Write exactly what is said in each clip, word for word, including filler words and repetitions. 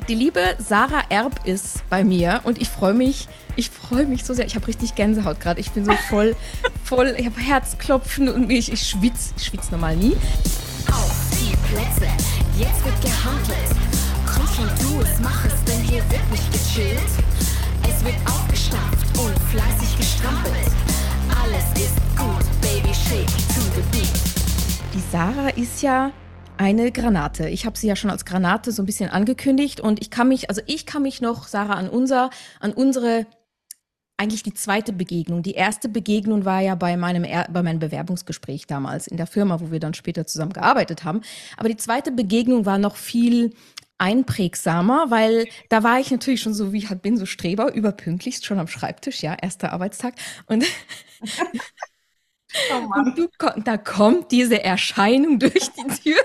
Die liebe Sarah Erb ist bei mir und ich freue mich, ich freue mich so sehr. Ich habe richtig Gänsehaut gerade. Ich bin so voll, voll, ich habe Herzklopfen und ich, ich schwitze, ich schwitze normal nie. Auf die Plätze, jetzt wird gehandelt. Komm schon, tu es, mach es, denn hier wird nicht gechillt. Es wird aufgestampft und fleißig gestrampelt. Alles ist gut, baby, shake to the beat. Die Sarah ist ja eine Granate. Ich habe sie ja schon als Granate so ein bisschen angekündigt und ich kann mich, also ich kann mich noch, Sarah, an unser, an unsere, eigentlich die zweite Begegnung. Die erste Begegnung war ja bei meinem, bei meinem Bewerbungsgespräch damals in der Firma, wo wir dann später zusammen gearbeitet haben. Aber die zweite Begegnung war noch viel einprägsamer, weil da war ich natürlich schon so, wie ich halt bin, so Streber, überpünktlichst schon am Schreibtisch, ja, erster Arbeitstag. Und Oh Mann. Und du, da kommt diese Erscheinung durch die Tür.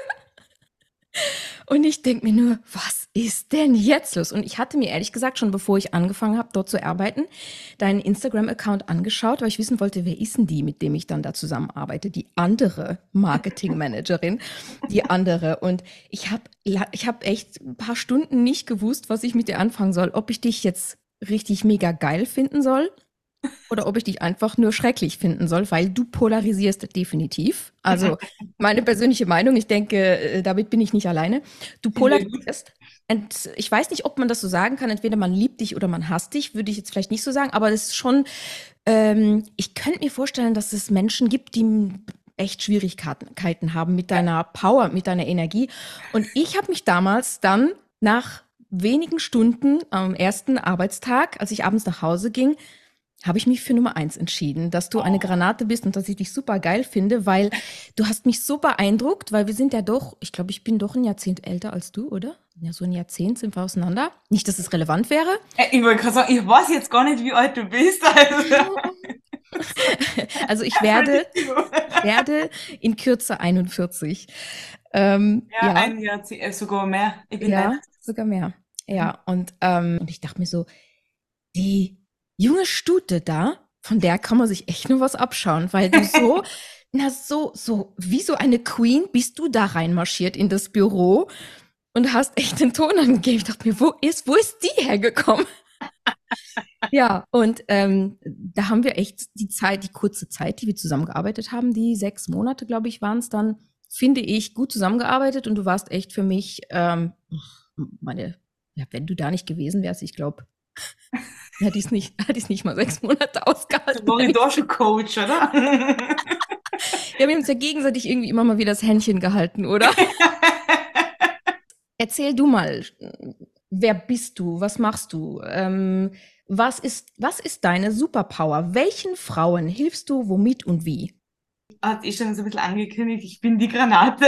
Und ich denke mir nur, was ist denn jetzt los? Und ich hatte mir ehrlich gesagt schon, bevor ich angefangen habe, dort zu arbeiten, deinen Instagram-Account angeschaut, weil ich wissen wollte, wer ist denn die, mit dem ich dann da zusammenarbeite? Die andere Marketingmanagerin, die andere. Und ich habe ich hab echt ein paar Stunden nicht gewusst, was ich mit dir anfangen soll. Ob ich dich jetzt richtig mega geil finden soll oder ob ich dich einfach nur schrecklich finden soll, weil du polarisierst definitiv. Also meine persönliche Meinung, ich denke, damit bin ich nicht alleine. Du polarisierst. Und ich weiß nicht, ob man das so sagen kann. Entweder man liebt dich oder man hasst dich, würde ich jetzt vielleicht nicht so sagen. Aber das ist schon, ähm, ich könnte mir vorstellen, dass es Menschen gibt, die echt Schwierigkeiten haben mit deiner Power, mit deiner Energie. Und ich habe mich damals dann nach wenigen Stunden am ersten Arbeitstag, als ich abends nach Hause ging, habe ich mich für Nummer eins entschieden, dass du eine Granate bist und dass ich dich super geil finde, weil du hast mich so beeindruckt, weil wir sind ja doch, ich glaube, ich bin doch ein Jahrzehnt älter als du, oder? Ja, so ein Jahrzehnt sind wir auseinander. Nicht, dass es relevant wäre. Ich wollte gerade sagen, ich weiß jetzt gar nicht, wie alt du bist. Also, also ich werde, ich werde in Kürze einundvierzig. Ähm, ja, ja, ein Jahrzehnt, äh, sogar mehr. Ich bin ja, alt. sogar mehr. Ja, und, ähm, und ich dachte mir so, die junge Stute da, von der kann man sich echt nur was abschauen, weil du so, na so, so, wie so eine Queen bist du da reinmarschiert in das Büro und hast echt den Ton angegeben. Ich dachte mir, wo ist, wo ist die hergekommen? Ja, und ähm, da haben wir echt die Zeit, die kurze Zeit, die wir zusammengearbeitet haben, die sechs Monate, glaube ich, waren es dann, finde ich, gut zusammengearbeitet und du warst echt für mich, ähm, meine, ja, wenn du da nicht gewesen wärst, ich glaube, hätte ich es nicht, hätte ich nicht mal sechs Monate ausgehalten. Du warst da schon Coach, oder? Wir haben uns ja gegenseitig irgendwie immer mal wieder das Händchen gehalten, oder? Erzähl du mal, wer bist du? Was machst du? Ähm, was ist, was ist deine Superpower? Welchen Frauen hilfst du, womit und wie? Hat ich schon so ein bisschen angekündigt, ich bin die Granate.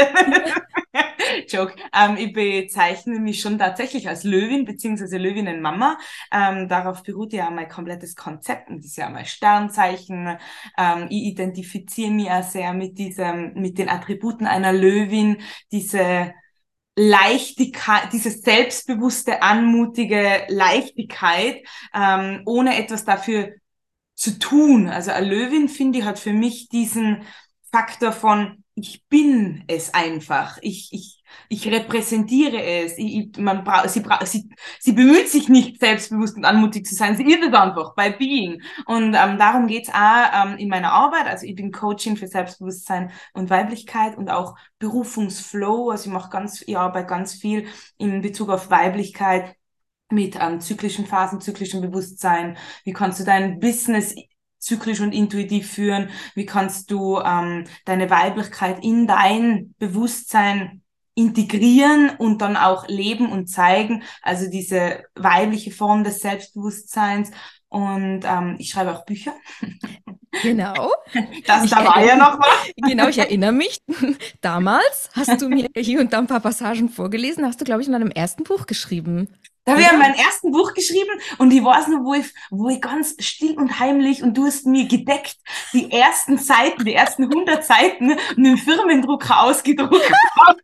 Joke. Ähm, ich bezeichne mich schon tatsächlich als Löwin beziehungsweise Löwinnenmama. Ähm, darauf beruht ja mein komplettes Konzept und das ist ja mein Sternzeichen. Ähm, ich identifiziere mich auch sehr mit diesem, mit den Attributen einer Löwin, diese Leichtigkeit, diese selbstbewusste, anmutige Leichtigkeit, ähm, ohne etwas dafür zu tun. Also eine Löwin, finde ich, hat für mich diesen Faktor von, ich bin es einfach. Ich, ich, ich repräsentiere es. Ich, ich, man bra sie, bra sie, sie bemüht sich nicht, selbstbewusst und anmutig zu sein. Sie ist es einfach, by being. Und ähm, darum geht's auch ähm, in meiner Arbeit. Also ich bin Coaching für Selbstbewusstsein und Weiblichkeit und auch Berufungsflow. Also ich mache ganz, ich arbeite ganz viel in Bezug auf Weiblichkeit mit ähm, zyklischen Phasen, zyklischen Bewusstsein. Wie kannst du dein Business zyklisch und intuitiv führen? Wie kannst du ähm, deine Weiblichkeit in dein Bewusstsein integrieren und dann auch leben und zeigen? Also diese weibliche Form des Selbstbewusstseins. Und ähm, ich schreibe auch Bücher. Genau. Das, Ich da war ja noch was. Genau, ich erinnere mich. Damals hast du mir hier und da ein paar Passagen vorgelesen, hast du, glaube ich, in deinem ersten Buch geschrieben. Da habe ich ja mein erstes Buch geschrieben und ich weiß noch, wo ich, wo ich ganz still und heimlich und du hast mir gedeckt die ersten Seiten, die ersten hundert Seiten mit dem Firmendrucker ausgedruckt habe.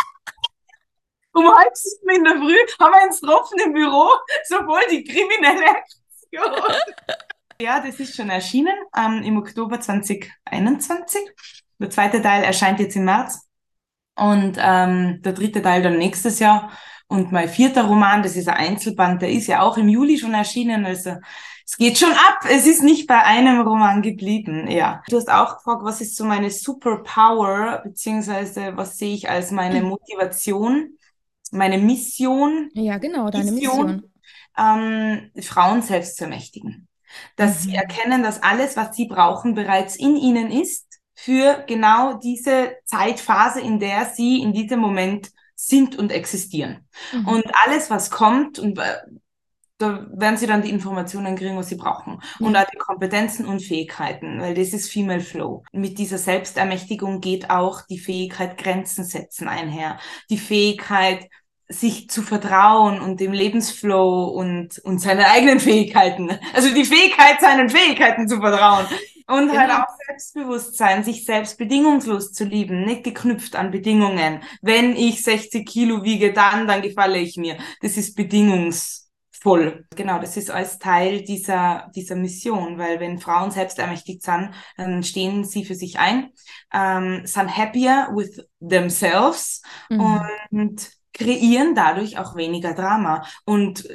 Um halb sieben in der Früh haben wir uns getroffen im Büro, sowohl die kriminelle Aktion. Ja, das ist schon erschienen ähm, im Oktober zwanzig einundzwanzig. Der zweite Teil erscheint jetzt im März und ähm, der dritte Teil dann nächstes Jahr. Und mein vierter Roman, das ist ein Einzelband, der ist ja auch im Juli schon erschienen, also es geht schon ab. Es ist nicht bei einem Roman geblieben, ja. Du hast auch gefragt, was ist so meine Superpower, beziehungsweise was sehe ich als meine Motivation, meine Mission, Ja, genau, deine Vision, Mission. ähm, Frauen selbst zu ermächtigen. Dass sie Mhm. erkennen, dass alles, was sie brauchen, bereits in ihnen ist, für genau diese Zeitphase, in der sie in diesem Moment sind und existieren. Mhm. Und alles, was kommt, und äh, da werden sie dann die Informationen kriegen, was sie brauchen. Und Ja. auch die Kompetenzen und Fähigkeiten, weil das ist Female Flow. Mit dieser Selbstermächtigung geht auch die Fähigkeit, Grenzen setzen einher. Die Fähigkeit, sich zu vertrauen und dem Lebensflow und, und seinen eigenen Fähigkeiten. Also die Fähigkeit, seinen Fähigkeiten zu vertrauen. Und halt Genau. auch Selbstbewusstsein, sich selbst bedingungslos zu lieben, nicht geknüpft an Bedingungen. Wenn ich sechzig Kilo wiege, dann, dann gefalle ich mir. Das ist bedingungsvoll. Genau, das ist als Teil dieser, dieser Mission, weil wenn Frauen selbstermächtigt sind, dann stehen sie für sich ein, ähm, sind happier with themselves Mhm. und kreieren dadurch auch weniger Drama und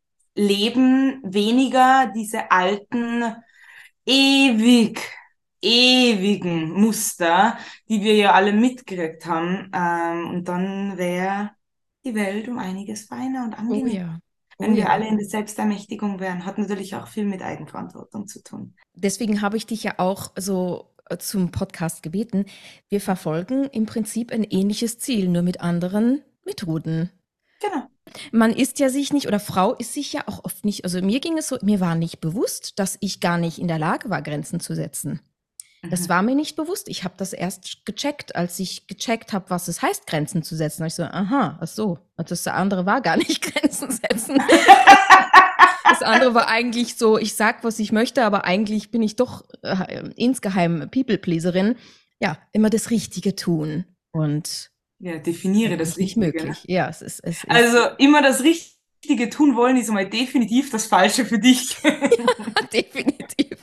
leben weniger diese alten, ewig, ewigen Muster, die wir ja alle mitgekriegt haben. Ähm, und dann wäre die Welt um einiges feiner und Oh angenehmer. ja. Oh Wenn wir ja. alle in der Selbstermächtigung wären, hat natürlich auch viel mit Eigenverantwortung zu tun. Deswegen habe ich dich ja auch so äh, zum Podcast gebeten. Wir verfolgen im Prinzip ein ähnliches Ziel, nur mit anderen Methoden. Genau. Man ist ja sich nicht, oder Frau ist sich ja auch oft nicht, also mir ging es so, mir war nicht bewusst, dass ich gar nicht in der Lage war, Grenzen zu setzen. Das Mhm. war mir nicht bewusst. Ich habe das erst gecheckt, als ich gecheckt habe, was es heißt, Grenzen zu setzen. Da hab ich so, aha, ach so, das andere war gar nicht Grenzen setzen. Das andere war eigentlich so, ich sag, was ich möchte, aber eigentlich bin ich doch äh, insgeheim People-Pleaserin. Ja, immer das Richtige tun. Und Ja, definiere das eigentlich nicht Richtige. Ne? möglich. Ja, es ist, es ist. Also immer das Richtige tun wollen, ist einmal definitiv das Falsche für dich. Definitiv.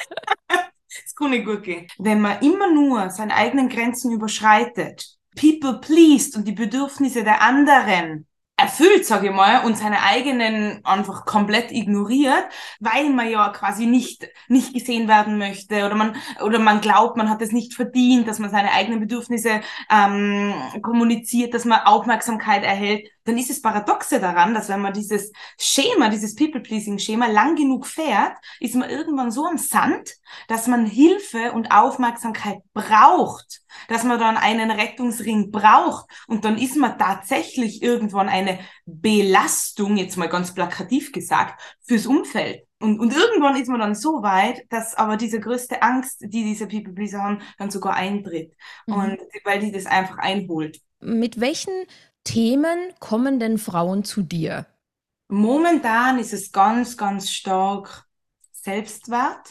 Das kann nicht gut gehen. Wenn man immer nur seine eigenen Grenzen überschreitet, people pleased und die Bedürfnisse der anderen erfüllt, sage ich mal, und seine eigenen einfach komplett ignoriert, weil man ja quasi nicht nicht gesehen werden möchte oder man oder man glaubt, man hat es nicht verdient, dass man seine eigenen Bedürfnisse ähm, kommuniziert, dass man Aufmerksamkeit erhält, dann ist es Paradoxe daran, dass wenn man dieses Schema, dieses People-Pleasing-Schema lang genug fährt, ist man irgendwann so am Sand, dass man Hilfe und Aufmerksamkeit braucht, dass man dann einen Rettungsring braucht und dann ist man tatsächlich irgendwann eine Belastung, jetzt mal ganz plakativ gesagt, fürs Umfeld. Und, und irgendwann ist man dann so weit, dass aber diese größte Angst, die diese People-Pleaser haben, dann sogar eintritt. Mhm. Und weil die das einfach einholt. Mit welchen Themen kommen denn Frauen zu dir? Momentan ist es ganz, ganz stark Selbstwert.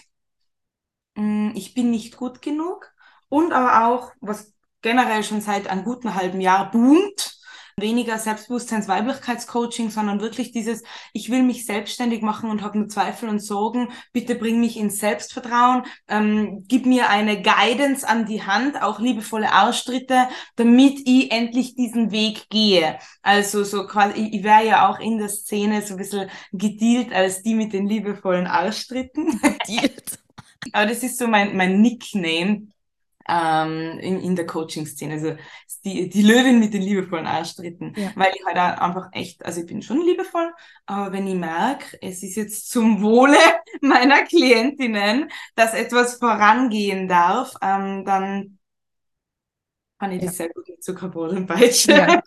Ich bin nicht gut genug. Und aber auch, was generell schon seit einem guten halben Jahr boomt, weniger Selbstbewusstseins-Weiblichkeitscoaching, sondern wirklich dieses, ich will mich selbstständig machen und habe nur Zweifel und Sorgen, bitte bring mich ins Selbstvertrauen, ähm, gib mir eine Guidance an die Hand, auch liebevolle Arschtritte, damit ich endlich diesen Weg gehe. Also so quasi, ich, ich wäre ja auch in der Szene so ein bisschen gedealt als die mit den liebevollen Arschtritten. Dealt. Aber das ist so mein, mein Nickname ähm, in, in der Coaching-Szene. Also die, die Löwin mit den liebevollen Arschtritten. Ja. Weil ich halt auch einfach echt, also ich bin schon liebevoll, aber wenn ich merke, es ist jetzt zum Wohle meiner Klientinnen, dass etwas vorangehen darf, ähm, dann kann ich Ja. das sehr gut mit Zuckerbrot und Peitsche. Ja.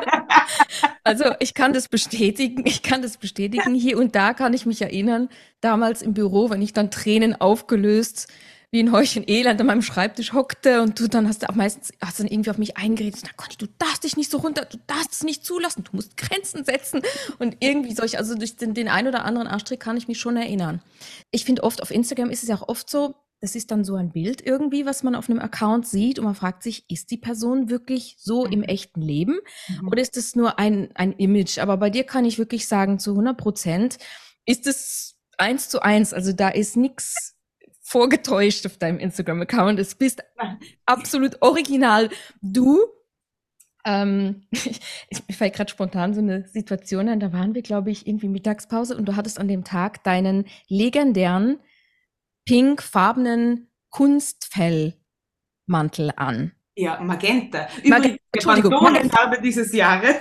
Also ich kann das bestätigen, ich kann das bestätigen. Hier und da kann ich mich erinnern, damals im Büro, wenn ich dann Tränen aufgelöst wie ein Häufchen Elend an meinem Schreibtisch hockte und du dann hast du auch meistens hast dann irgendwie auf mich eingeredet, na Conny, du darfst dich nicht so runter, du darfst es nicht zulassen, du musst Grenzen setzen und irgendwie solch, also durch den, den ein oder anderen Arschtrick kann ich mich schon erinnern. Ich finde oft auf Instagram ist es ja auch oft so, das ist dann so ein Bild irgendwie, was man auf einem Account sieht und man fragt sich, ist die Person wirklich so im echten Leben Mhm. oder ist es nur ein, ein Image? Aber bei dir kann ich wirklich sagen, zu hundert Prozent ist es eins zu eins, also da ist nichts vorgetäuscht auf deinem Instagram-Account. Es bist absolut original du. Ähm, ich, mir fällt gerade spontan so eine Situation ein, da waren wir, glaube ich, irgendwie Mittagspause und du hattest an dem Tag deinen legendären pinkfarbenen Kunstfellmantel an. Ja, Magenta. Magenta, Übrigens, die Entschuldigung, Magenta. Pantone-Farbe dieses Jahres.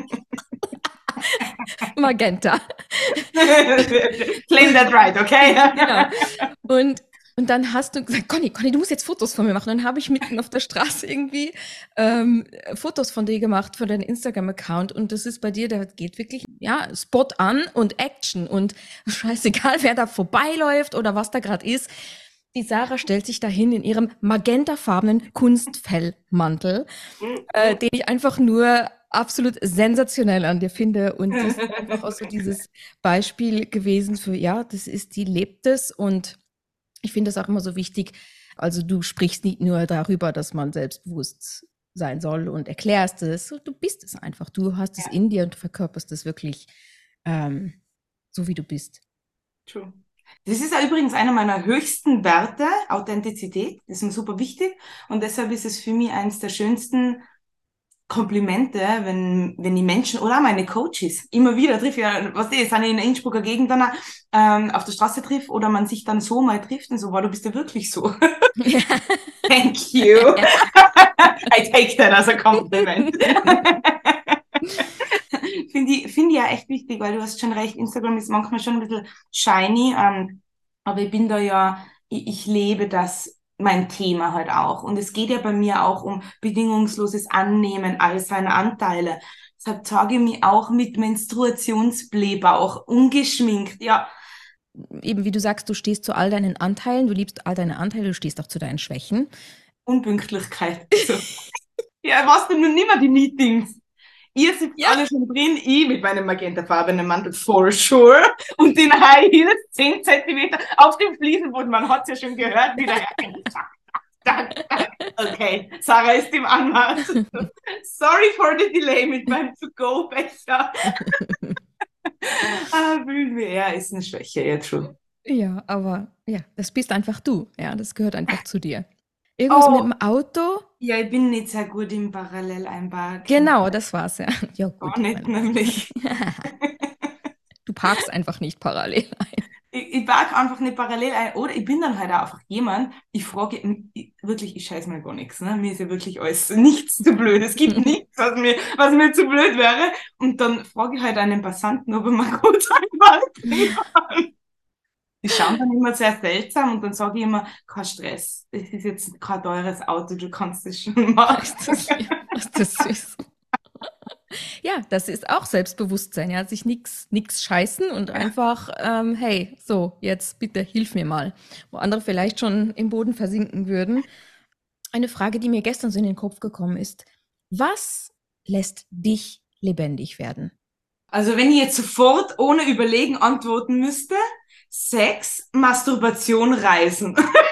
Magenta. Claim that right, okay? Genau. Und, und dann hast du gesagt, Conny, Conny, du musst jetzt Fotos von mir machen. Dann habe ich mitten auf der Straße irgendwie ähm, Fotos von dir gemacht für deinen Instagram-Account. Und das ist bei dir, da geht wirklich, ja, Spot an und Action. Und scheißegal, wer da vorbeiläuft oder was da gerade ist. Die Sarah stellt sich dahin in ihrem magentafarbenen Kunstfellmantel, äh, den ich einfach nur absolut sensationell an dir finde. Und das ist einfach auch so dieses Beispiel gewesen für, ja, das ist, die lebt es. Und ich finde das auch immer so wichtig. Also du sprichst nicht nur darüber, dass man selbstbewusst sein soll und erklärst es. Du bist es einfach. Du hast es Ja. in dir und du verkörperst es wirklich ähm, so, wie du bist. True. Das ist ja übrigens einer meiner höchsten Werte, Authentizität. Das ist mir super wichtig. Und deshalb ist es für mich eines der schönsten Komplimente, wenn, wenn die Menschen oder auch meine Coaches immer wieder trifft, ja, was ist, sind in der Innsbrucker Gegend dann ähm, auf der Straße trifft oder man sich dann so mal trifft und so, wow, du bist ja wirklich so. Ja. Thank you. I take that as a compliment. Finde ich, finde ich ja echt wichtig, weil du hast schon recht, Instagram ist manchmal schon ein bisschen shiny, ähm, aber ich bin da ja, ich, ich lebe das, mein Thema halt auch. Und es geht ja bei mir auch um bedingungsloses Annehmen all seiner Anteile. Deshalb zeige ich mich auch mit Menstruationsblähbauch, ungeschminkt, ja. Eben wie du sagst, du stehst zu all deinen Anteilen, du liebst all deine Anteile, du stehst auch zu deinen Schwächen. Unpünktlichkeit. So. Ja, was denn nun nimmer die Meetings? Ihr sitzt Ja. alle schon drin, ich mit meinem magentafarbenen Mantel for sure und den High Heels zehn Zentimeter auf dem Fliesenboden. Man hat es ja schon gehört, wie der Okay, Sarah ist im Anmarsch. Sorry for the delay mit meinem To-Go-Becher. Ah, fühlen wir, ja, ist eine Schwäche, ja, true. Ja, aber ja, das bist einfach du. Ja, das gehört einfach zu dir. Irgendwas Oh. mit dem Auto? Ja, ich bin nicht sehr gut im Paralleleinparken. Genau, das war's ja. Ja, gut. Gar nicht, nämlich. Du parkst einfach nicht parallel ein. Ich, ich parke einfach nicht parallel ein. Oder ich bin dann halt auch einfach jemand, ich frage, ich, wirklich, ich scheiß mir gar nichts. Ne? Mir ist ja wirklich alles nichts zu blöd. Es gibt nichts, was mir, was mir zu blöd wäre. Und dann frage ich halt einen Passanten, ob er mal gut einparken kann. Die schauen dann immer sehr seltsam und dann sage ich immer, kein Stress. Es ist jetzt kein teures Auto, du kannst es schon machen. Ist das, ist das süß. Ja, das ist auch Selbstbewusstsein, ja, sich nix, nix scheißen und einfach, ähm, hey, so, jetzt bitte hilf mir mal, wo andere vielleicht schon im Boden versinken würden. Eine Frage, die mir gestern so in den Kopf gekommen ist: Was lässt dich lebendig werden? Also wenn ich jetzt sofort ohne Überlegen antworten müsste, Sex, Masturbation, Reisen.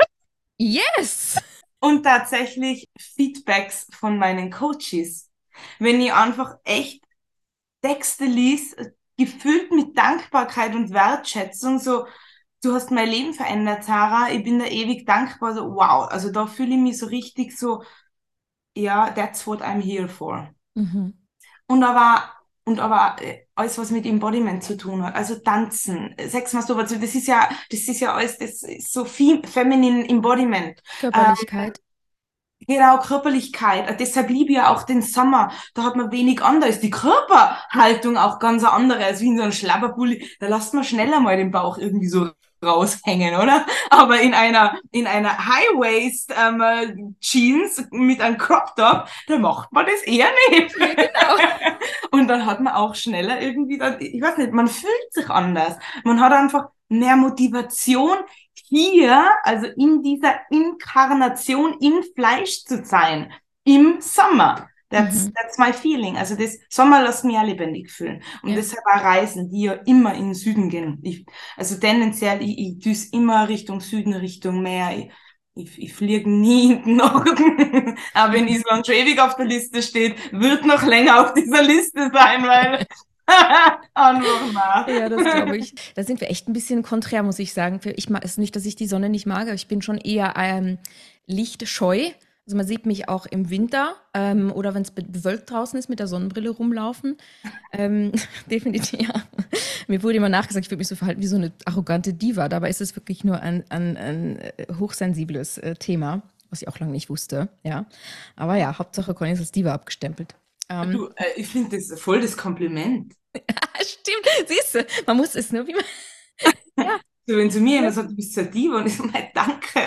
Yes! Und tatsächlich Feedbacks von meinen Coaches. Wenn ich einfach echt Texte lies, gefüllt mit Dankbarkeit und Wertschätzung, so, du hast mein Leben verändert, Sarah, ich bin da ewig dankbar, so, wow, also da fühle ich mich so richtig so, ja, that's what I'm here for. Mhm. Und aber, und aber äh, alles, was mit Embodiment zu tun hat, also Tanzen, Sex, Masturbation, das ist ja, das ist ja alles, das ist so viel Feminine Embodiment. Körperlichkeit. Genau, Körperlichkeit. Deshalb liebe ich ja auch den Sommer. Da hat man wenig an. Da ist die Körperhaltung auch ganz eine andere als wie in so einem Schlabberpulli. Da lässt man schneller mal den Bauch irgendwie so raushängen, oder? Aber in einer, in einer High-Waist ähm, Jeans mit einem Crop Top, da macht man das eher nicht. Ja, genau. Und dann hat man auch schneller irgendwie, dann, ich weiß nicht, man fühlt sich anders. Man hat einfach mehr Motivation, hier, also in dieser Inkarnation im Fleisch zu sein, im Sommer. That's, Mhm. that's my feeling. Also das Sommer lässt mich ja lebendig fühlen. Und Ja. deshalb auch Reisen, die ja immer in den Süden gehen. Ich, also tendenziell, ich, ich düse immer Richtung Süden, Richtung Meer. Ich, ich, ich fliege nie in den Norden. Aber wenn Island schon ewig auf der Liste steht, wird noch länger auf dieser Liste sein, weil Antwort nach. Ja, das glaube ich. Da sind wir echt ein bisschen konträr, muss ich sagen. Für- Ich mag es nicht, dass ich die Sonne nicht mag, aber ich bin schon eher ähm, lichtscheu. Also man sieht mich auch im Winter ähm, oder wenn es be bewölkt draußen ist, mit der Sonnenbrille rumlaufen. Ähm, definitiv, ja. Mir wurde immer nachgesagt, ich würde mich so verhalten wie so eine arrogante Diva. Dabei ist es wirklich nur ein, ein, ein äh, hochsensibles äh, Thema, was ich auch lange nicht wusste. Ja. Aber ja, Hauptsache Conny ist als Diva abgestempelt. Ähm, Du, äh, ich finde das voll das Kompliment. stimmt, siehst du, man muss es nur wie man. Ja, So, wenn zu mir ja, jemand sagt, du bist so eine Diva und ich so, mein Danke.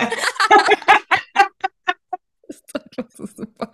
das ist doch so super.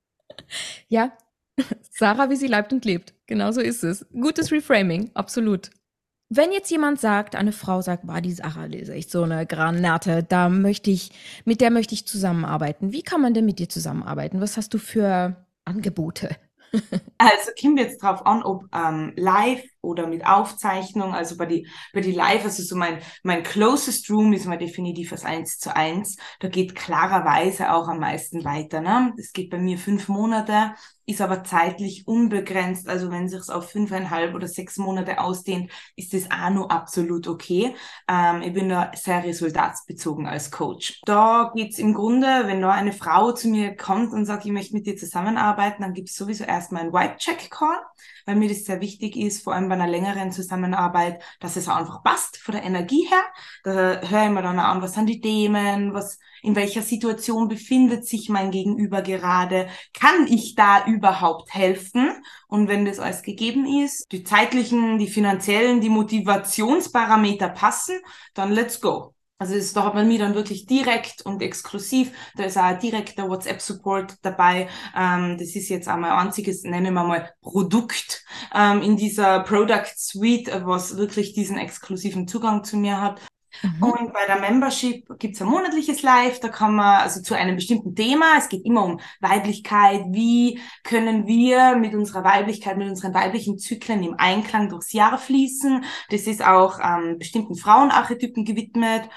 Ja, Sarah, wie sie leibt und lebt. Genau so ist es. Gutes Reframing, absolut. Wenn jetzt jemand sagt, eine Frau sagt, boah, die Sarah, die ist echt so eine Granate, da möchte ich, mit der möchte ich zusammenarbeiten. Wie kann man denn mit dir zusammenarbeiten? Was hast du für Angebote? Also kommt jetzt drauf an, ob ähm, live oder mit Aufzeichnung. Also bei die, bei die Live, also so mein, mein closest Room ist mal definitiv das eins zu eins. Da geht klarerweise auch am meisten weiter. Ne? Das geht bei mir fünf Monate, ist aber zeitlich unbegrenzt. Also wenn sich's auf fünfeinhalb oder sechs Monate ausdehnt, ist das auch nur absolut okay. Ähm, ich bin da sehr resultatsbezogen als Coach. Da geht's im Grunde, wenn da eine Frau zu mir kommt und sagt, ich möchte mit dir zusammenarbeiten, dann gibt's sowieso erstmal einen Vibe-Check-Call, weil mir das sehr wichtig ist, vor allem bei einer längeren Zusammenarbeit, dass es auch einfach passt von der Energie her. Da höre ich mir dann auch an, was sind die Themen, was, in welcher Situation befindet sich mein Gegenüber gerade, kann ich da überhaupt helfen? Und wenn das alles gegeben ist, die zeitlichen, die finanziellen, die Motivationsparameter passen, dann let's go. Also das, da hat man mir dann wirklich direkt und exklusiv, da ist auch ein direkter WhatsApp-Support dabei. Ähm, das ist jetzt einmal ein einziges, nennen wir mal, Produkt ähm, in dieser Product Suite, was wirklich diesen exklusiven Zugang zu mir hat. Mhm. Und bei der Membership gibt's ein monatliches Live, da kann man also zu einem bestimmten Thema, es geht immer um Weiblichkeit, wie können wir mit unserer Weiblichkeit, mit unseren weiblichen Zyklen im Einklang durchs Jahr fließen. Das ist auch ähm, bestimmten Frauenarchetypen gewidmet.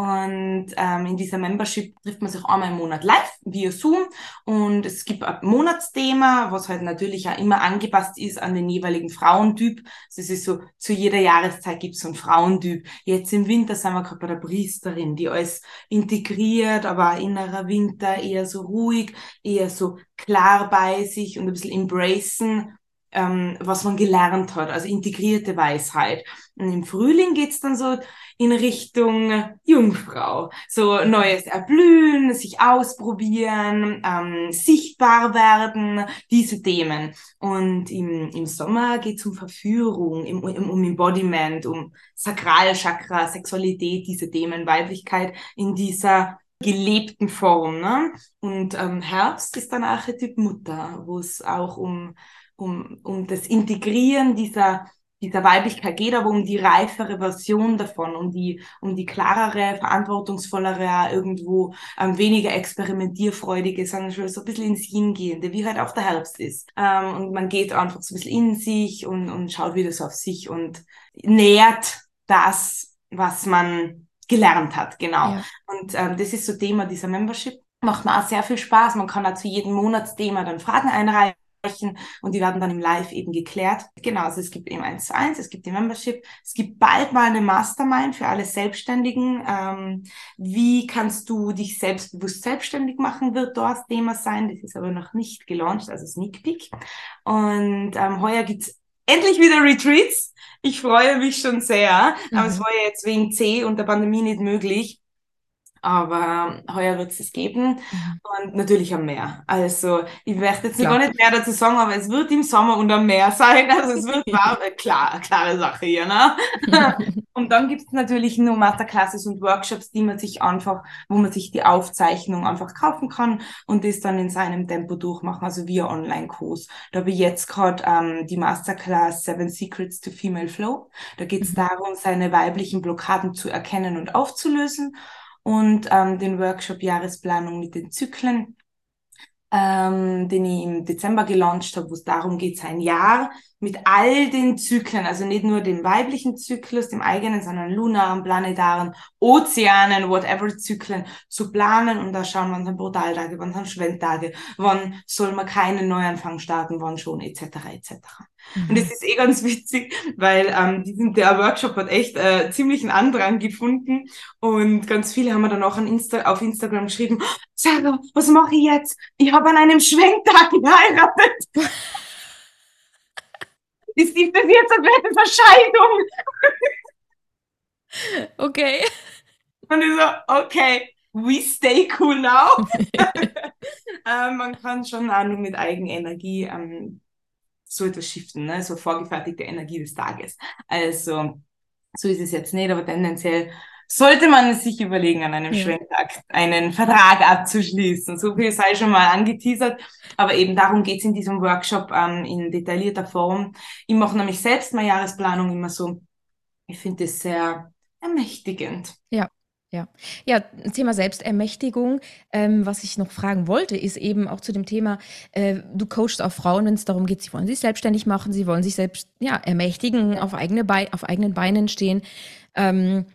Und ähm, in dieser Membership trifft man sich einmal im Monat live via Zoom und es gibt ein Monatsthema, was halt natürlich auch immer angepasst ist an den jeweiligen Frauentyp. Also es ist so, zu jeder Jahreszeit gibt es so einen Frauentyp. Jetzt im Winter sind wir gerade bei der Priesterin, die alles integriert, aber auch innerer Winter eher so ruhig, eher so klar bei sich und ein bisschen embracen, ähm, was man gelernt hat, also integrierte Weisheit. Und im Frühling geht's dann so in Richtung Jungfrau. So neues Erblühen, sich ausprobieren, ähm, sichtbar werden, diese Themen. Und im, im Sommer geht's um Verführung, im, um, um Embodiment, um Sakralchakra, Sexualität, diese Themen, Weiblichkeit in dieser gelebten Form. Ne? Und ähm, Herbst ist dann Archetyp Mutter, wo es auch um, um, um das Integrieren dieser dieser Weiblichkeit geht, aber um die reifere Version davon, um die, um die klarere, verantwortungsvollere, irgendwo ähm, weniger experimentierfreudige, sondern schon so ein bisschen ins Hingehende, wie halt auch der Herbst ist. Ähm, und man geht einfach so ein bisschen in sich und, und schaut wieder so auf sich und nährt das, was man gelernt hat, genau. Ja. Und ähm, das ist so Thema dieser Membership. Macht mir auch sehr viel Spaß. Man kann auch zu jedem Monatsthema dann Fragen einreichen. Und die werden dann im Live eben geklärt. Genau, also es gibt eben eins zu eins, es gibt die Membership, es gibt bald mal eine Mastermind für alle Selbstständigen. Ähm, wie kannst du dich selbstbewusst selbstständig machen, wird dort das Thema sein. Das ist aber noch nicht gelauncht, also Sneak Peek. Und ähm, heuer gibt's endlich wieder Retreats. Ich freue mich schon sehr. Mhm. Aber es war ja jetzt wegen C und der Pandemie nicht möglich. Aber heuer wird es es geben Mhm. und natürlich am Meer. Also ich werde jetzt Klar. gar nicht mehr dazu sagen, aber es wird im Sommer und am Meer sein. Also es wird warm, klar, klare Sache hier, ne? Und dann gibt es natürlich nur Masterclasses und Workshops, die man sich einfach, wo man sich die Aufzeichnung einfach kaufen kann und das dann in seinem Tempo durchmachen, also via Online-Kurs. Da habe ich jetzt gerade ähm, die Masterclass Seven Secrets to Female Flow. Da geht es Mhm. darum, seine weiblichen Blockaden zu erkennen und aufzulösen. Und ähm, den Workshop Jahresplanung mit den Zyklen, ähm, den ich im Dezember gelauncht habe, wo es darum geht, sein Jahr mit all den Zyklen, also nicht nur dem weiblichen Zyklus, dem eigenen, sondern lunaren, planetaren, Ozeanen, whatever Zyklen zu planen und da schauen, wann sind Portaltage, wann sind Schwelltage, wann soll man keinen Neuanfang starten, wann schon, et cetera et cetera. Mhm. Und es ist eh ganz witzig, weil ähm, diesen, der Workshop hat echt äh, ziemlichen Andrang gefunden und ganz viele haben mir dann auch an Insta, auf Instagram geschrieben, Sarah, was mache ich jetzt? Ich habe an einem Schwenktag geheiratet. Ist das jetzt eine kleine Verscheidung? Okay. Und ich so, okay, we stay cool now. ähm, man kann schon auch nur mit Eigenenergie ähm, so etwas shiften, ne? So vorgefertigte Energie des Tages. Also, so ist es jetzt nicht, aber tendenziell sollte man es sich überlegen, an einem Ja. Schwenktag einen Vertrag abzuschließen. So viel sei schon mal angeteasert. Aber eben darum geht's in diesem Workshop ähm, in detaillierter Form. Ich mache nämlich selbst meine Jahresplanung immer so. Ich finde das sehr ermächtigend. Ja. Ja, ja, Thema Selbstermächtigung. Ähm, was ich noch fragen wollte, ist eben auch zu dem Thema, äh, du coachst auch Frauen, wenn es darum geht, sie wollen sich selbstständig machen, sie wollen sich selbst ja, ermächtigen, ja. Auf, eigene Be- auf eigenen Beinen stehen. Ähm,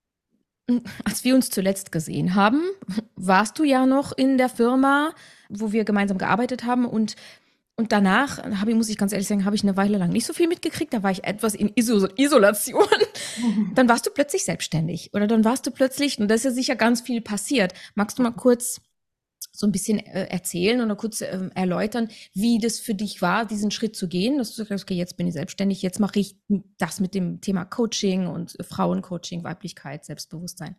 als wir uns zuletzt gesehen haben, warst du ja noch in der Firma, wo wir gemeinsam gearbeitet haben und Und danach, hab ich, muss ich ganz ehrlich sagen, habe ich eine Weile lang nicht so viel mitgekriegt. Da war ich etwas in Iso- Isolation. Dann warst du plötzlich selbstständig. Oder dann warst du plötzlich, und da ist ja sicher ganz viel passiert. Magst du mal kurz so ein bisschen äh, erzählen oder kurz äh, erläutern, wie das für dich war, diesen Schritt zu gehen? Dass du sagst, okay, jetzt bin ich selbstständig, jetzt mache ich das mit dem Thema Coaching und Frauencoaching, Weiblichkeit, Selbstbewusstsein.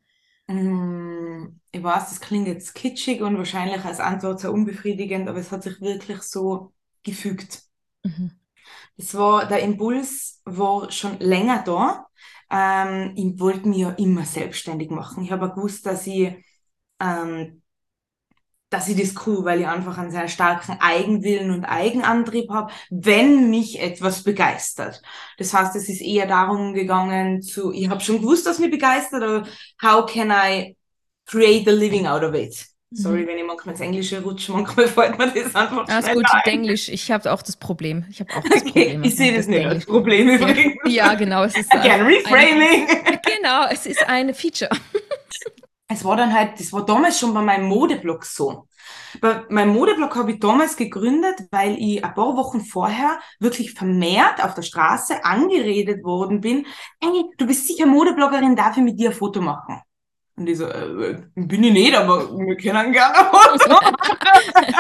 Ich weiß, das klingt jetzt kitschig und wahrscheinlich als Antwort sehr unbefriedigend, aber es hat sich wirklich so gefügt. Mhm. Das war, der Impuls war schon länger da. Ähm, ich wollte mich ja immer selbstständig machen. Ich habe auch gewusst, dass ich, ähm, dass ich das cool, weil ich einfach einen sehr starken Eigenwillen und Eigenantrieb habe, wenn mich etwas begeistert. Das heißt, es ist eher darum gegangen zu, ich habe schon gewusst, dass mich begeistert, aber how can I create a living out of it? Sorry, mhm. wenn ich manchmal ins Englische rutsche, manchmal fällt mir das einfach Alles schnell gut, ein. Englisch, ich habe auch das Problem. Ich habe auch das Okay, Problem. ich sehe das nicht Englisch. als Problem übrigens. Ja, ja, genau. Es ist Again, reframing. Eine, genau, es ist eine Feature. Es war dann halt, das war damals schon bei meinem Modeblog so. Bei meinem Modeblog habe ich damals gegründet, weil ich ein paar Wochen vorher wirklich vermehrt auf der Straße angeredet worden bin, hey, du bist sicher Modebloggerin, darf ich mit dir ein Foto machen? Und ich so, äh, bin ich nicht, aber wir können gerne ein Foto machen.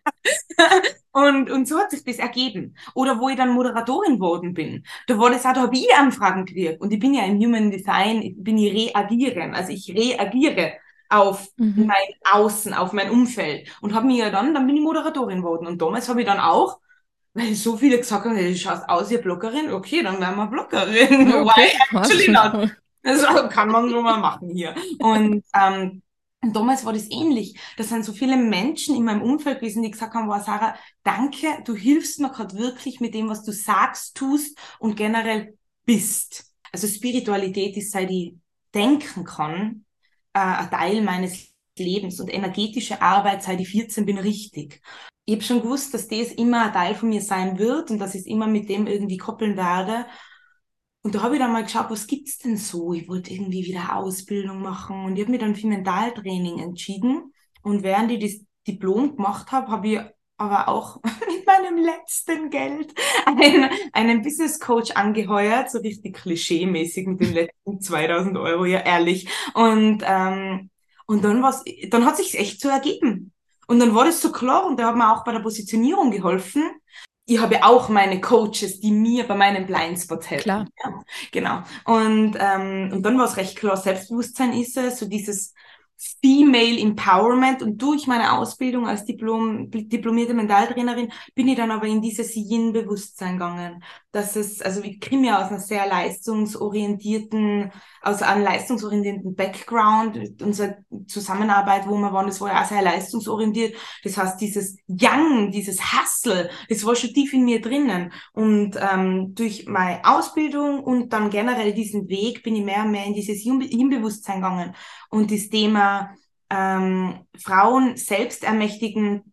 Und, und so hat sich das ergeben. Oder wo ich dann Moderatorin worden bin. Da war das auch, da habe ich Anfragen gekriegt. Und ich bin ja im Human Design, ich bin ich reagieren. Also ich reagiere auf mhm. mein Außen, auf mein Umfeld. Und habe mir ja dann, dann bin ich Moderatorin worden. Und damals habe ich dann auch, weil so viele gesagt haben, hey, du schaust aus wie Bloggerin, okay, dann werden wir Bloggerin. Okay. Why actually not? Das kann man nur mal machen hier. Und ähm, Und damals war das ähnlich. Da sind so viele Menschen in meinem Umfeld gewesen, die gesagt haben, wow, Sarah, danke, du hilfst mir gerade wirklich mit dem, was du sagst, tust und generell bist. Also Spiritualität ist, seit ich denken kann, äh, ein Teil meines Lebens und energetische Arbeit, seit ich vierzehn bin, richtig. Ich habe schon gewusst, dass das immer ein Teil von mir sein wird und dass ich es immer mit dem irgendwie koppeln werde. Und da habe ich dann mal geschaut, was gibt's denn so? Ich wollte irgendwie wieder Ausbildung machen und ich habe mich dann für Mentaltraining entschieden. Und während ich das Diplom gemacht habe, habe ich aber auch mit meinem letzten Geld einen, einen Business Coach angeheuert, so richtig klischee-mäßig mit den letzten zweitausend Euro, ja ehrlich. Und ähm, und dann war's, dann hat sich's echt so ergeben. Und dann war das so klar und der hat mir auch bei der Positionierung geholfen. Ich habe auch meine Coaches, die mir bei meinen Blindspots helfen. Klar. Ja, genau. Und, ähm, und dann war es recht klar, Selbstbewusstsein ist es, so dieses Female Empowerment. Und durch meine Ausbildung als Diplom, diplomierte Mentaltrainerin bin ich dann aber in dieses Yin-Bewusstsein gegangen. Dass es, also ich komme ja aus einer sehr leistungsorientierten, aus einem leistungsorientierten Background. Unsere Zusammenarbeit, wo wir waren, das war ja auch sehr leistungsorientiert. Das heißt, dieses Yang, dieses Hustle, das war schon tief in mir drinnen. Und ähm, durch meine Ausbildung und dann generell diesen Weg bin ich mehr und mehr in dieses Yin-Bewusstsein gegangen. Und das Thema ähm, Frauen selbst ermächtigen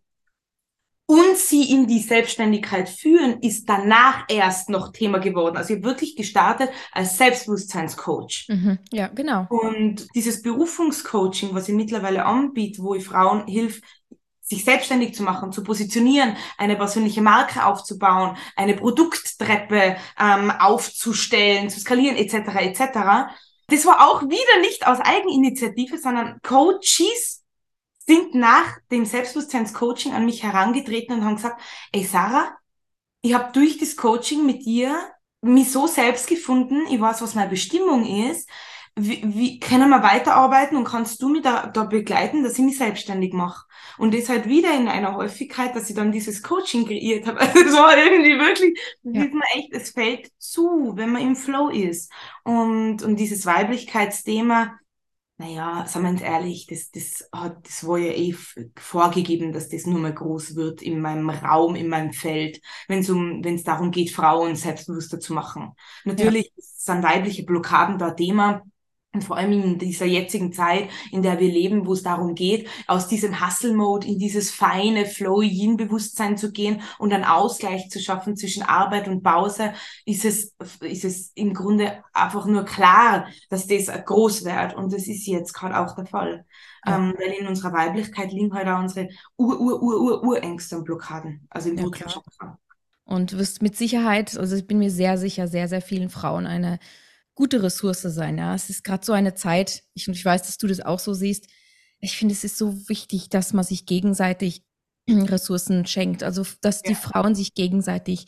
und sie in die Selbstständigkeit führen, ist danach erst noch Thema geworden. Also ich habe wirklich gestartet als Selbstbewusstseinscoach. Mhm, ja, genau. Und dieses Berufungscoaching, was ich mittlerweile anbiete, wo ich Frauen hilf, sich selbstständig zu machen, zu positionieren, eine persönliche Marke aufzubauen, eine Produkttreppe ähm, aufzustellen, zu skalieren, et cetera et cetera. Das war auch wieder nicht aus Eigeninitiative, sondern Coaches sind nach dem Selbstbewusstseinscoaching an mich herangetreten und haben gesagt, ey Sarah, ich habe durch das Coaching mit dir mich so selbst gefunden, ich weiß, was meine Bestimmung ist, wie, wie können wir weiterarbeiten und kannst du mich da, da begleiten, dass ich mich selbstständig mache? Und das halt wieder in einer Häufigkeit, dass ich dann dieses Coaching kreiert habe. Also es war irgendwie wirklich, Ja. sieht man echt, es fällt zu, wenn man im Flow ist. Und, und dieses Weiblichkeitsthema, naja, sagen wir uns ehrlich, das, das, hat, das war ja eh f- vorgegeben, dass das nur mal groß wird in meinem Raum, in meinem Feld, wenn es um, wenn es darum geht, Frauen selbstbewusster zu machen. Natürlich sind weibliche Blockaden da Thema. Und vor allem in dieser jetzigen Zeit, in der wir leben, wo es darum geht, aus diesem Hustle-Mode in dieses feine Flow-Yin-Bewusstsein zu gehen und einen Ausgleich zu schaffen zwischen Arbeit und Pause, ist es, ist es im Grunde einfach nur klar, dass das groß wird. Und das ist jetzt gerade auch der Fall. Ja. Ähm, weil in unserer Weiblichkeit liegen halt auch unsere Ur-Ur-Ur-Ur-Urängste und Blockaden. Also im Ja, Wurzelchakra. Und du wirst mit Sicherheit, also ich bin mir sehr sicher, sehr, sehr vielen Frauen eine gute Ressource sein. Ja, es ist gerade so eine Zeit, ich, und ich weiß, dass du das auch so siehst. Ich finde, es ist so wichtig, dass man sich gegenseitig Ressourcen schenkt. Also, dass die Ja. Frauen sich gegenseitig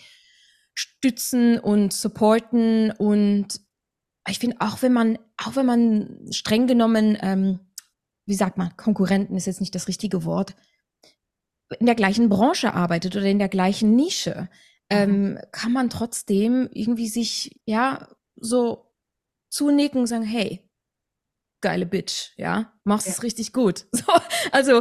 stützen und supporten. Und ich finde, auch wenn man, auch wenn man streng genommen, ähm, wie sagt man, Konkurrenten ist jetzt nicht das richtige Wort, in der gleichen Branche arbeitet oder in der gleichen Nische, ähm, kann man trotzdem irgendwie sich, ja, so zunicken und sagen, hey, geile Bitch, ja, machst Ja. es richtig gut. So, also,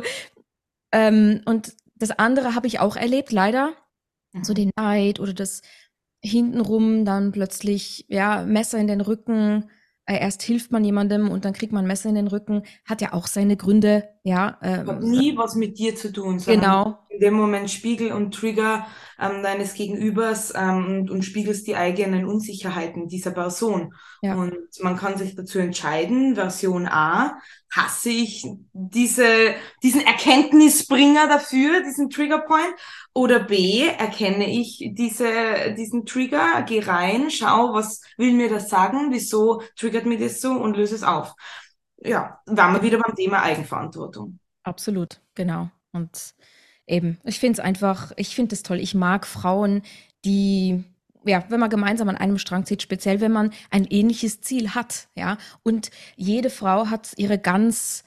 ähm, und das andere habe ich auch erlebt, leider, so Mhm. den Neid oder das hintenrum dann plötzlich, ja, Messer in den Rücken. Äh, erst hilft man jemandem und dann kriegt man ein Messer in den Rücken. Hat ja auch seine Gründe, ja. Hat Ähm, nie was mit dir zu tun, sondern genau, in dem Moment Spiegel und Trigger ähm, deines Gegenübers ähm, und, und spiegelst die eigenen Unsicherheiten dieser Person. ja. Und man kann sich dazu entscheiden, Version A, hasse ich diese, diesen Erkenntnisbringer dafür, diesen Triggerpoint, oder B, erkenne ich diese, diesen Trigger, geh rein, schau, was will mir das sagen, wieso triggert mir das so und löse es auf. Ja, waren wir wieder beim Thema Eigenverantwortung. Absolut, genau. Und eben, ich finde es einfach, ich finde es toll. Ich mag Frauen, die, ja, wenn man gemeinsam an einem Strang zieht, speziell wenn man ein ähnliches Ziel hat, ja. Und jede Frau hat ihre ganz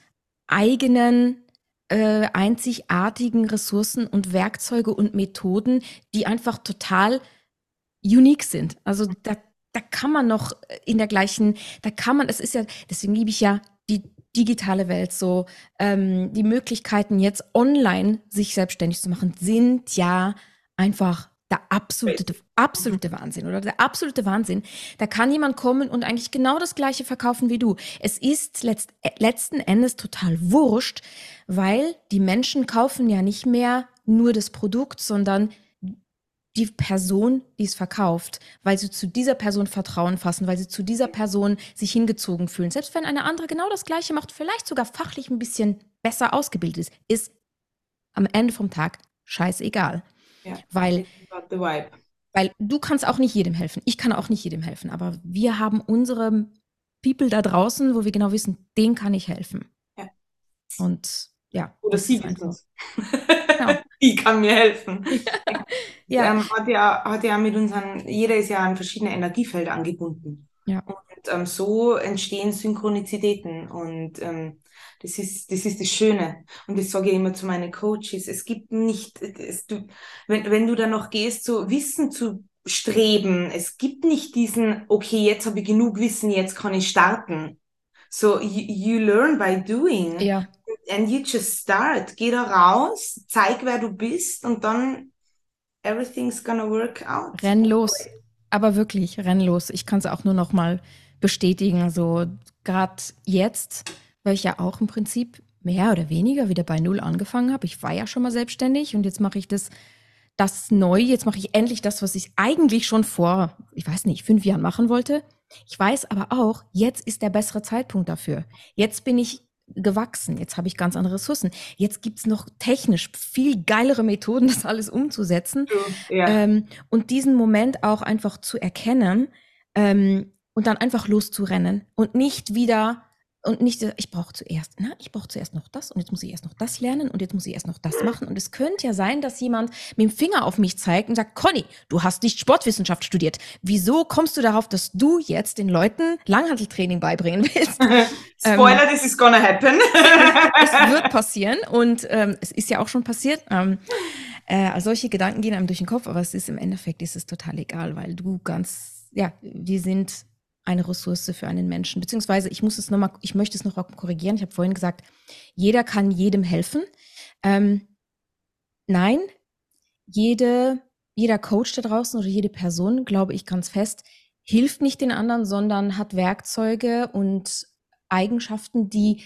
eigenen, äh, einzigartigen Ressourcen und Werkzeuge und Methoden, die einfach total unique sind. Also da, da kann man noch in der gleichen, da kann man, es ist ja, deswegen liebe ich ja die digitale Welt so, ähm, die Möglichkeiten jetzt online sich selbstständig zu machen, sind ja einfach der absolute, absolute Wahnsinn oder der absolute Wahnsinn. Da kann jemand kommen und eigentlich genau das Gleiche verkaufen wie du. Es ist letzt, äh, letzten Endes total wurscht, weil die Menschen kaufen ja nicht mehr nur das Produkt, sondern die Person, die es verkauft, weil sie zu dieser Person Vertrauen fassen, weil sie zu dieser Person sich hingezogen fühlen. Selbst wenn eine andere genau das Gleiche macht, vielleicht sogar fachlich ein bisschen besser ausgebildet ist, ist am Ende vom Tag scheißegal. Ja, Weil, it's about the vibe. weil du kannst auch nicht jedem helfen. Ich kann auch nicht jedem helfen. Aber wir haben unsere People da draußen, wo wir genau wissen, denen kann ich helfen. Ja. Und ja, Oder das sie ist einfach. wissen's. Genau. Die kann mir helfen. Ja. Ähm, hat ja, hat ja mit unseren, jeder ist ja an verschiedene Energiefelder angebunden. Ja. Und ähm, so entstehen Synchronizitäten. Und ähm, das ist, das ist das Schöne. Und das sage ich immer zu meinen Coaches. Es gibt nicht, es, du, wenn, wenn du da noch gehst, so Wissen zu streben, es gibt nicht diesen, okay, jetzt habe ich genug Wissen, jetzt kann ich starten. So, you, you learn by doing. Ja. And you just start. Geh da raus, zeig, wer du bist und dann everything's gonna work out. Renn los. Aber wirklich, renn los. Ich kann es auch nur noch mal bestätigen. Also gerade jetzt, weil ich ja auch im Prinzip mehr oder weniger wieder bei Null angefangen habe. Ich war ja schon mal selbstständig und jetzt mache ich das, das neu. Jetzt mache ich endlich das, was ich eigentlich schon vor, ich weiß nicht, fünf Jahren machen wollte. Ich weiß aber auch, jetzt ist der bessere Zeitpunkt dafür. Jetzt bin ich gewachsen, jetzt habe ich ganz andere Ressourcen. Jetzt gibt's noch technisch viel geilere Methoden, das alles umzusetzen. Ja. Ähm, und diesen Moment auch einfach zu erkennen ähm, und dann einfach loszurennen und nicht wieder und nicht, ich brauche zuerst, na, ich brauche zuerst noch das und jetzt muss ich erst noch das lernen und jetzt muss ich erst noch das machen. Und es könnte ja sein, dass jemand mit dem Finger auf mich zeigt und sagt, Conny, du hast nicht Sportwissenschaft studiert. Wieso kommst du darauf, dass du jetzt den Leuten Langhanteltraining beibringen willst? Spoiler, ähm, this is gonna happen. Es wird passieren und ähm, es ist ja auch schon passiert. Ähm, äh, solche Gedanken gehen einem durch den Kopf, aber es ist im Endeffekt ist es total egal, weil du ganz, ja, wir sind eine Ressource für einen Menschen, beziehungsweise ich muss es noch mal, ich möchte es noch korrigieren. Ich habe vorhin gesagt, jeder kann jedem helfen. Ähm, nein, jede, jeder Coach da draußen oder jede Person, glaube ich ganz fest, hilft nicht den anderen, sondern hat Werkzeuge und Eigenschaften, die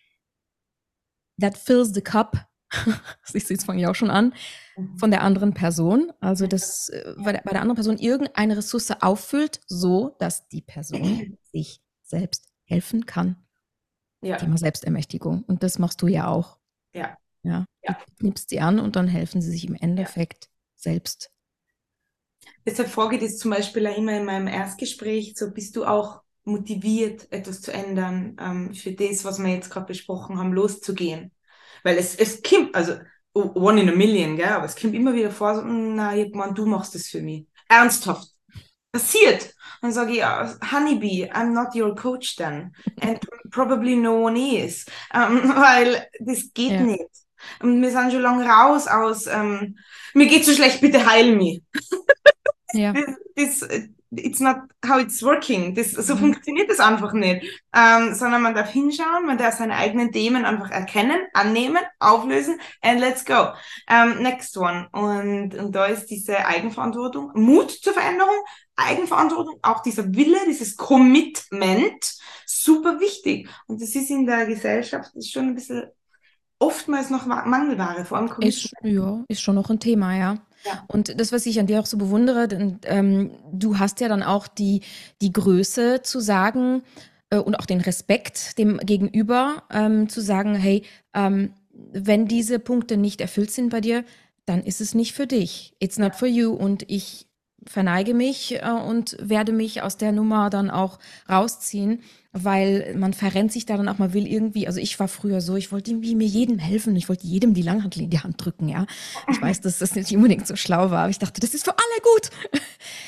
that fills the cup. Jetzt fange ich auch schon an. Von der anderen Person, also das bei der, bei der anderen Person irgendeine Ressource auffüllt, so dass die Person sich selbst helfen kann. Ja. Thema Selbstermächtigung. Und das machst du ja auch. Ja. Ja. Ja. Du nimmst sie an und dann helfen sie sich im Endeffekt ja. selbst. Deshalb frage ich das zum Beispiel auch immer in meinem Erstgespräch, so bist du auch motiviert, etwas zu ändern, ähm, für das, was wir jetzt gerade besprochen haben, loszugehen. Weil es, es kommt, also one in a million, gell, aber es kommt immer wieder vor, so, na, ich meine, du machst das für mich. Ernsthaft. Passiert. Und dann sage ich, ja, Honeybee, I'm not your coach then. And probably no one is. Ähm, weil das geht ja. nicht. Und wir sind schon lange raus aus, ähm, mir geht so schlecht, bitte heil mich. Ja. Das, das, it's not how it's working. Das, so mhm. funktioniert das einfach nicht. Ähm, sondern man darf hinschauen, man darf seine eigenen Themen einfach erkennen, annehmen, auflösen and let's go. Ähm, next one. Und, und da ist diese Eigenverantwortung, Mut zur Veränderung, Eigenverantwortung, auch dieser Wille, dieses Commitment, super wichtig. Und das ist in der Gesellschaft ist schon ein bisschen oftmals noch Mangelware, vor allem Commitment. Ist, ja, ist schon noch ein Thema, ja. Ja. Und das, was ich an dir auch so bewundere, denn, ähm, du hast ja dann auch die, die Größe zu sagen äh, und auch den Respekt dem Gegenüber ähm, zu sagen, hey, ähm, wenn diese Punkte nicht erfüllt sind bei dir, dann ist es nicht für dich. It's not for you. Und ich verneige mich äh, und werde mich aus der Nummer dann auch rausziehen, weil man verrennt sich da dann auch mal will irgendwie, also ich war früher so, ich wollte irgendwie mir jedem helfen, ich wollte jedem die Langhantel in die Hand drücken, ja. Ich weiß, dass das nicht unbedingt so schlau war, aber ich dachte, das ist für alle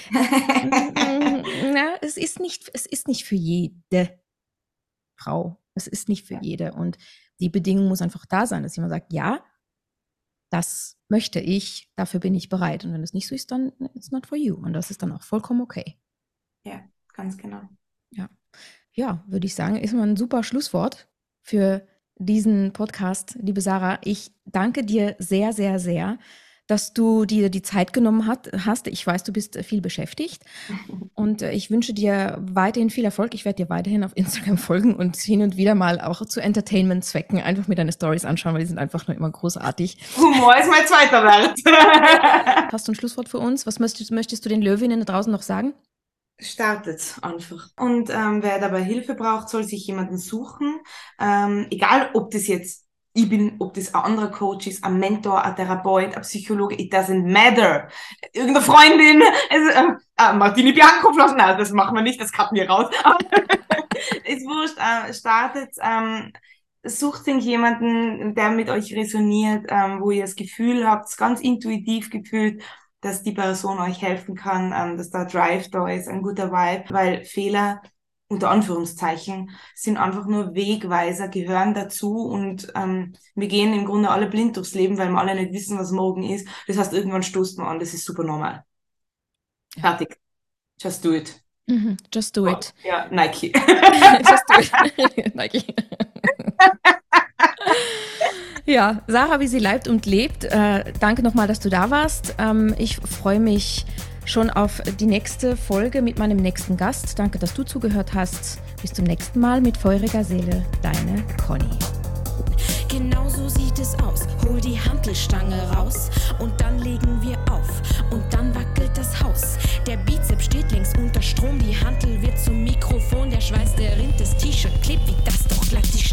gut. Na, es ist nicht, es ist nicht für jede Frau, es ist nicht für jede und die Bedingung muss einfach da sein, dass jemand sagt, ja, das möchte ich, dafür bin ich bereit und wenn es nicht so ist, dann it's not for you und das ist dann auch vollkommen okay. Ja, ganz genau. Ja. Ja, würde ich sagen, ist mal ein super Schlusswort für diesen Podcast, liebe Sarah. Ich danke dir sehr, sehr, sehr, dass du dir die Zeit genommen hat, hast. Ich weiß, du bist viel beschäftigt und ich wünsche dir weiterhin viel Erfolg. Ich werde dir weiterhin auf Instagram folgen und hin und wieder mal auch zu Entertainment-Zwecken einfach mir deine Stories anschauen, weil die sind einfach nur immer großartig. Humor ist mein zweiter Wert. Hast du ein Schlusswort für uns? Was möchtest, möchtest du den Löwinnen da draußen noch sagen? Startet einfach. Und ähm, wer dabei Hilfe braucht, soll sich jemanden suchen. Ähm, egal, ob das jetzt ich bin, ob das ein anderer Coach ist, ein Mentor, ein Therapeut, ein Psychologe, it doesn't matter. Irgendeine Freundin, also, äh, äh, Martini Bianco Flossen, nein, das machen wir nicht, das cutten wir raus. Ist wurscht, äh, startet, ähm, sucht sich jemanden, der mit euch resoniert, ähm, wo ihr das Gefühl habt, ganz intuitiv gefühlt, dass die Person euch helfen kann, ähm, dass da Drive da ist, ein guter Vibe, weil Fehler, unter Anführungszeichen, sind einfach nur Wegweiser, gehören dazu und ähm, wir gehen im Grunde alle blind durchs Leben, weil wir alle nicht wissen, was morgen ist. Das heißt, irgendwann stoßt man an, das ist super normal. Ja. Fertig. Just do it. Mhm. Just do it. Ja, Nike. Just do it. Nike. Ja, Sarah, wie sie leibt und lebt. Äh, danke nochmal, dass du da warst. Ähm, ich freue mich schon auf die nächste Folge mit meinem nächsten Gast. Danke, dass du zugehört hast. Bis zum nächsten Mal mit feuriger Seele, deine Conny. Genau so sieht es aus. Hol die Hantelstange raus und dann legen wir auf und dann wackelt das Haus. Der Bizeps steht links unter Strom, die Hantel wird zum Mikrofon, der Schweiß, der rinnt, das T-Shirt klebt wie das doch glatt die